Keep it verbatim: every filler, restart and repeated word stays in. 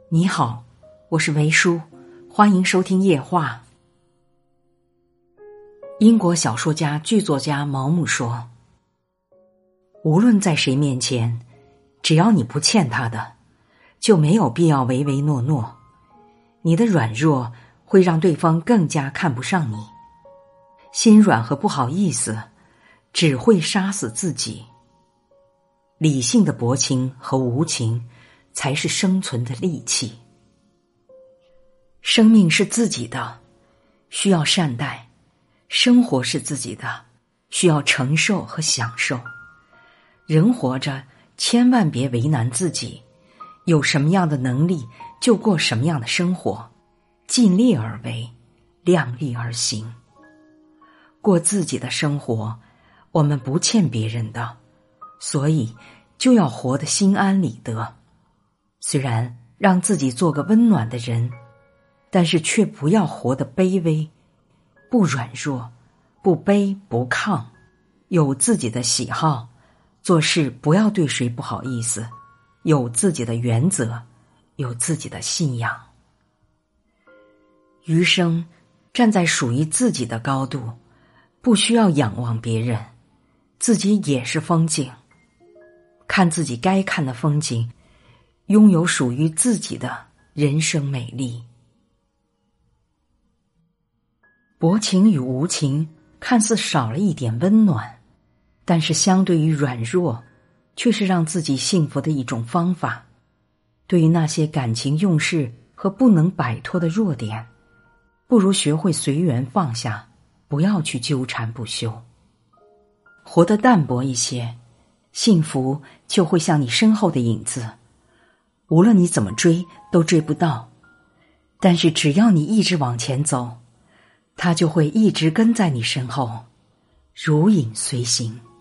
你好，我是维叔，欢迎收听夜话。英国小说家、剧作家毛姆说，无论在谁面前，只要你不欠他的，就没有必要唯唯诺诺。你的软弱会让对方更加看不上你，心软和不好意思只会杀死自己。理性的薄情和无情才是生存的利器。生命是自己的，需要善待；生活是自己的，需要承受和享受。人活着，千万别为难自己，有什么样的能力就过什么样的生活，尽力而为，量力而行。过自己的生活，我们不欠别人的，所以就要活得心安理得。虽然让自己做个温暖的人，但是却不要活得卑微，不软弱，不卑不亢，有自己的喜好，做事不要对谁不好意思，有自己的原则，有自己的信仰。余生站在属于自己的高度，不需要仰望别人，自己也是风景。看自己该看的风景，拥有属于自己的人生美丽。薄情与无情看似少了一点温暖，但是相对于软弱，却是让自己幸福的一种方法。对于那些感情用事和不能摆脱的弱点，不如学会随缘放下，不要去纠缠不休。活得淡薄一些，幸福就会像你身后的影子，无论你怎么追都追不到，但是只要你一直往前走，它就会一直跟在你身后，如影随形。